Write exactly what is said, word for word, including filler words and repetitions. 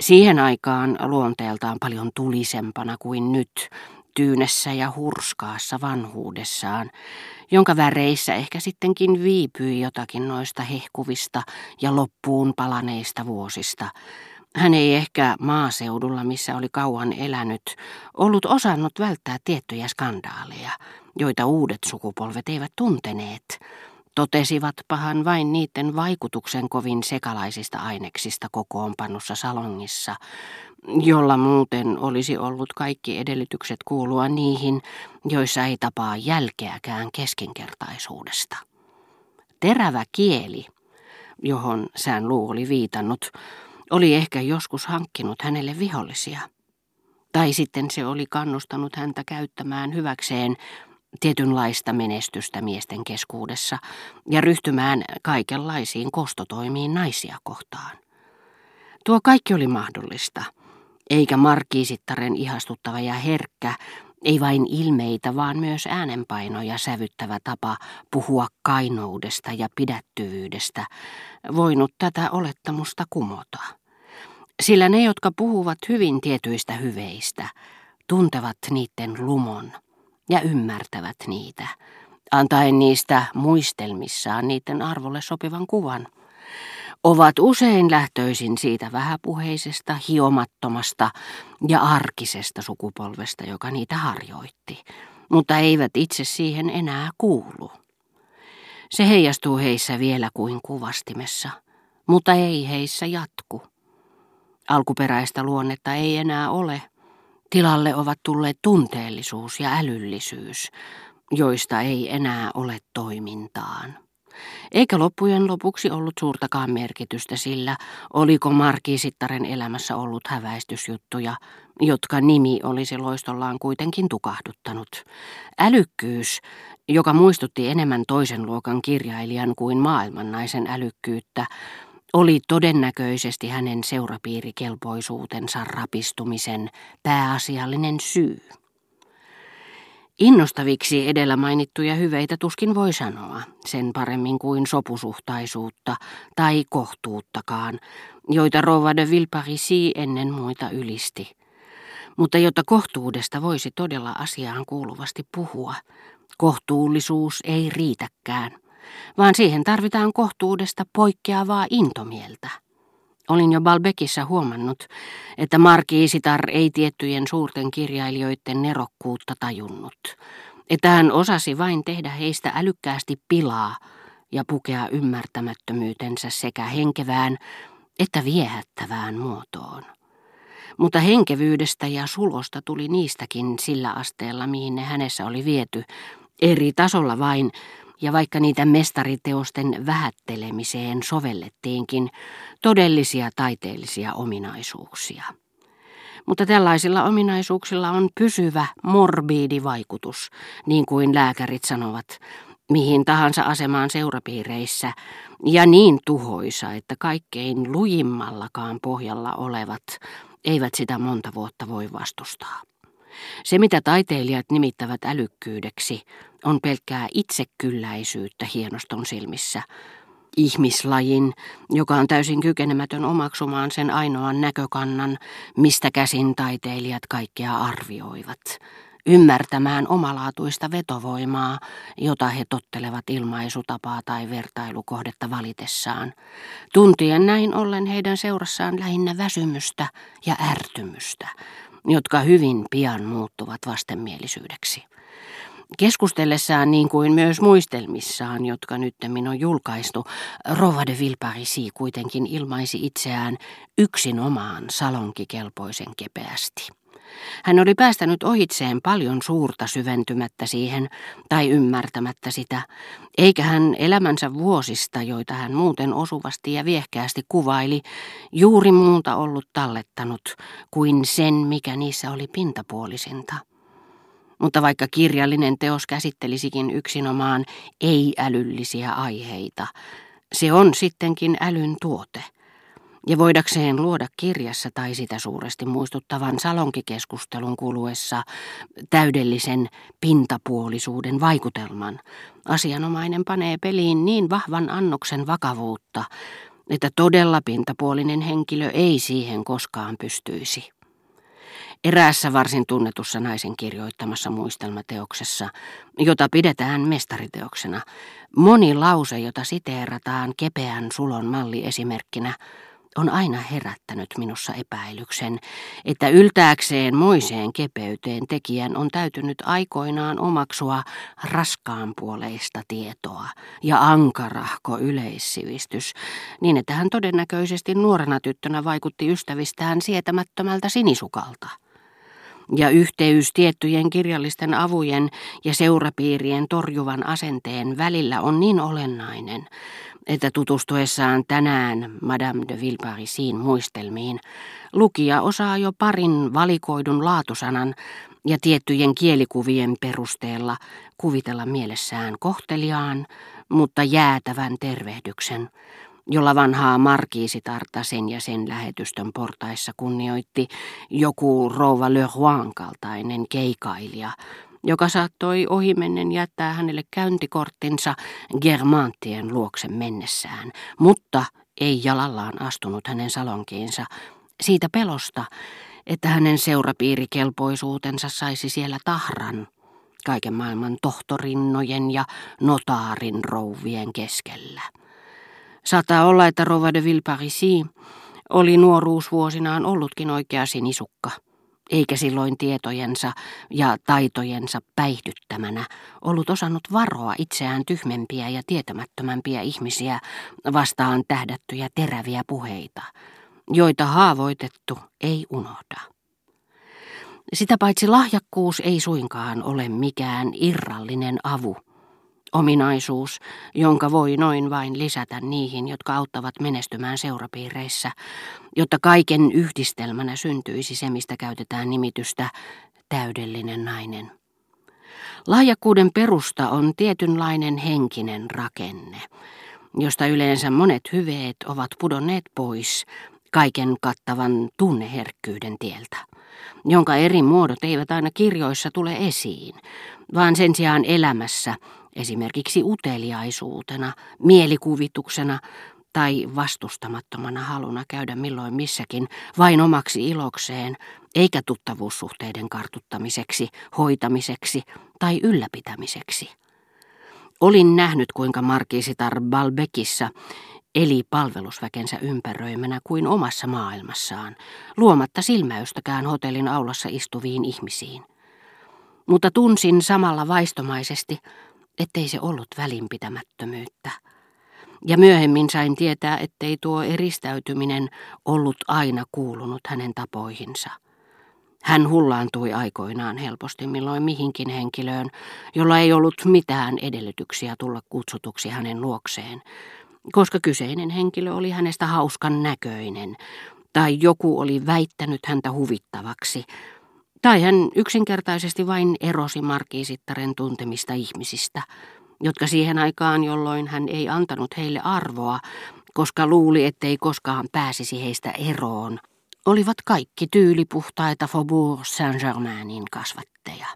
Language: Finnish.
Siihen aikaan luonteeltaan paljon tulisempana kuin nyt, tyynessä ja hurskaassa vanhuudessaan, jonka väreissä ehkä sittenkin viipyi jotakin noista hehkuvista ja loppuun palaneista vuosista. Hän ei ehkä maaseudulla, missä oli kauan elänyt, ollut osannut välttää tiettyjä skandaaleja, joita uudet sukupolvet eivät tunteneet. Totesivatpahan vain niiden vaikutuksen kovin sekalaisista aineksista kokoonpannussa salongissa, jolla muuten olisi ollut kaikki edellytykset kuulua niihin, joissa ei tapaa jälkeäkään keskinkertaisuudesta. Terävä kieli, johon Sään Luu oli viitannut, oli ehkä joskus hankkinut hänelle vihollisia. Tai sitten se oli kannustanut häntä käyttämään hyväkseen tietynlaista menestystä miesten keskuudessa ja ryhtymään kaikenlaisiin kostotoimiin naisia kohtaan. Tuo kaikki oli mahdollista, eikä markiisittaren ihastuttava ja herkkä, ei vain ilmeitä, vaan myös äänenpainoja sävyttävä tapa puhua kainoudesta ja pidättyvyydestä voinut tätä olettamusta kumota. Sillä ne, jotka puhuvat hyvin tietyistä hyveistä, tuntevat niiden lumon ja ymmärtävät niitä, antaen niistä muistelmissaan niiden arvolle sopivan kuvan, ovat usein lähtöisin siitä vähäpuheisesta, hiomattomasta ja arkisesta sukupolvesta, joka niitä harjoitti, mutta eivät itse siihen enää kuulu. Se heijastuu heissä vielä kuin kuvastimessa, mutta ei heissä jatku. Alkuperäistä luonnetta ei enää ole. Tilalle ovat tulleet tunteellisuus ja älyllisyys, joista ei enää ole toimintaan. Eikä loppujen lopuksi ollut suurtakaan merkitystä sillä, oliko markiisittaren elämässä ollut häväistysjuttuja, jotka nimi olisi loistollaan kuitenkin tukahduttanut. Älykkyys, joka muistutti enemmän toisen luokan kirjailijan kuin maailmannaisen älykkyyttä, oli todennäköisesti hänen seurapiirikelpoisuutensa rapistumisen pääasiallinen syy. Innostaviksi edellä mainittuja hyveitä tuskin voi sanoa, sen paremmin kuin sopusuhtaisuutta tai kohtuuttakaan, joita rouva de Villeparisis ennen muita ylisti. Mutta jotta kohtuudesta voisi todella asiaan kuuluvasti puhua, kohtuullisuus ei riitäkään, vaan siihen tarvitaan kohtuudesta poikkeavaa intomieltä. Olin jo Balbekissa huomannut, että markiisitar ei tiettyjen suurten kirjailijoiden nerokkuutta tajunnut, että hän osasi vain tehdä heistä älykkäästi pilaa ja pukea ymmärtämättömyytensä sekä henkevään että viehättävään muotoon. Mutta henkevyydestä ja sulosta tuli niistäkin sillä asteella, mihin ne hänessä oli viety, eri tasolla vain, ja vaikka niitä mestariteosten vähättelemiseen sovellettiinkin todellisia taiteellisia ominaisuuksia. Mutta tällaisilla ominaisuuksilla on pysyvä morbiidi vaikutus, niin kuin lääkärit sanovat, mihin tahansa asemaan seurapiireissä, ja niin tuhoisa, että kaikkein lujimmallakaan pohjalla olevat eivät sitä monta vuotta voi vastustaa. Se, mitä taiteilijat nimittävät älykkyydeksi, on pelkkää itsekylläisyyttä hienoston silmissä. Ihmislajin, joka on täysin kykenemätön omaksumaan sen ainoan näkökannan, mistä käsin taiteilijat kaikkea arvioivat, ymmärtämään omalaatuista vetovoimaa, jota he tottelevat ilmaisutapaa tai vertailukohdetta valitessaan, tuntien näin ollen heidän seurassaan lähinnä väsymystä ja ärtymystä, jotka hyvin pian muuttuvat vastenmielisyydeksi. Keskustellessaan niin kuin myös muistelmissaan, jotka nyttemmin on julkaistu, rouva de Villeparisis kuitenkin ilmaisi itseään yksinomaan salonkikelpoisen kepeästi. Hän oli päästänyt ohitseen paljon suurta syventymättä siihen tai ymmärtämättä sitä, eikä hän elämänsä vuosista, joita hän muuten osuvasti ja viehkeästi kuvaili, juuri muuta ollut tallettanut kuin sen, mikä niissä oli pintapuolisinta. Mutta vaikka kirjallinen teos käsittelisikin yksinomaan ei-älyllisiä aiheita, se on sittenkin älyn tuote. Ja voidakseen luoda kirjassa tai sitä suuresti muistuttavan salonkikeskustelun kuluessa täydellisen pintapuolisuuden vaikutelman, asianomainen panee peliin niin vahvan annoksen vakavuutta, että todella pintapuolinen henkilö ei siihen koskaan pystyisi. Eräässä varsin tunnetussa naisen kirjoittamassa muistelmateoksessa, jota pidetään mestariteoksena, moni lause, jota siteerataan kepeän sulon malliesimerkkinä, on aina herättänyt minussa epäilyksen, että yltääkseen moiseen kepeyteen tekijän on täytynyt aikoinaan omaksua raskaanpuoleista tietoa ja ankarahko yleissivistys, niin että hän todennäköisesti nuorena tyttönä vaikutti ystävistään sietämättömältä sinisukalta. Ja yhteys tiettyjen kirjallisten avujen ja seurapiirien torjuvan asenteen välillä on niin olennainen, että tutustuessaan tänään Madame de Villeparisin muistelmiin, lukija osaa jo parin valikoidun laatusanan ja tiettyjen kielikuvien perusteella kuvitella mielessään kohteliaan, mutta jäätävän tervehdyksen, jolla vanhaa markiisitarta sen ja sen lähetystön portaissa kunnioitti joku rouva Le Royn kaltainen keikailija, joka saattoi ohimennen jättää hänelle käyntikorttinsa Germanttien luokse mennessään, mutta ei jalallaan astunut hänen salonkiinsa siitä pelosta, että hänen seurapiirikelpoisuutensa saisi siellä tahran kaiken maailman tohtorinnojen ja notaarin rouvien keskellä. Saattaa olla, että rouva de Villeparisis oli nuoruusvuosinaan ollutkin oikea sinisukka, eikä silloin tietojensa ja taitojensa päihdyttämänä ollut osannut varoa itseään tyhmempiä ja tietämättömämpiä ihmisiä vastaan tähdättyjä teräviä puheita, joita haavoitettu ei unohda. Sitä paitsi lahjakkuus ei suinkaan ole mikään irrallinen avu, ominaisuus, jonka voi noin vain lisätä niihin, jotka auttavat menestymään seurapiireissä, jotta kaiken yhdistelmänä syntyisi se, mistä käytetään nimitystä täydellinen nainen. Lahjakkuuden perusta on tietynlainen henkinen rakenne, josta yleensä monet hyveet ovat pudonneet pois kaiken kattavan tunneherkkyyden tieltä, jonka eri muodot eivät aina kirjoissa tule esiin, vaan sen sijaan elämässä, esimerkiksi uteliaisuutena, mielikuvituksena tai vastustamattomana haluna käydä milloin missäkin vain omaksi ilokseen, eikä tuttavuussuhteiden kartuttamiseksi, hoitamiseksi tai ylläpitämiseksi. Olin nähnyt, kuinka markiisitar Balbekissa eli palvelusväkensä ympäröimänä kuin omassa maailmassaan, luomatta silmäystäkään hotellin aulassa istuviin ihmisiin. Mutta tunsin samalla vaistomaisesti, ettei se ollut välinpitämättömyyttä. Ja myöhemmin sain tietää, ettei tuo eristäytyminen ollut aina kuulunut hänen tapoihinsa. Hän hullaantui aikoinaan helposti milloin mihinkin henkilöön, jolla ei ollut mitään edellytyksiä tulla kutsutuksi hänen luokseen, koska kyseinen henkilö oli hänestä hauskan näköinen, tai joku oli väittänyt häntä huvittavaksi, tai hän yksinkertaisesti vain erosi markiisittaren tuntemista ihmisistä, jotka siihen aikaan, jolloin hän ei antanut heille arvoa, koska luuli, ettei koskaan pääsisi heistä eroon, olivat kaikki tyylipuhtaita Faubourg Saint-Germainin kasvatteja.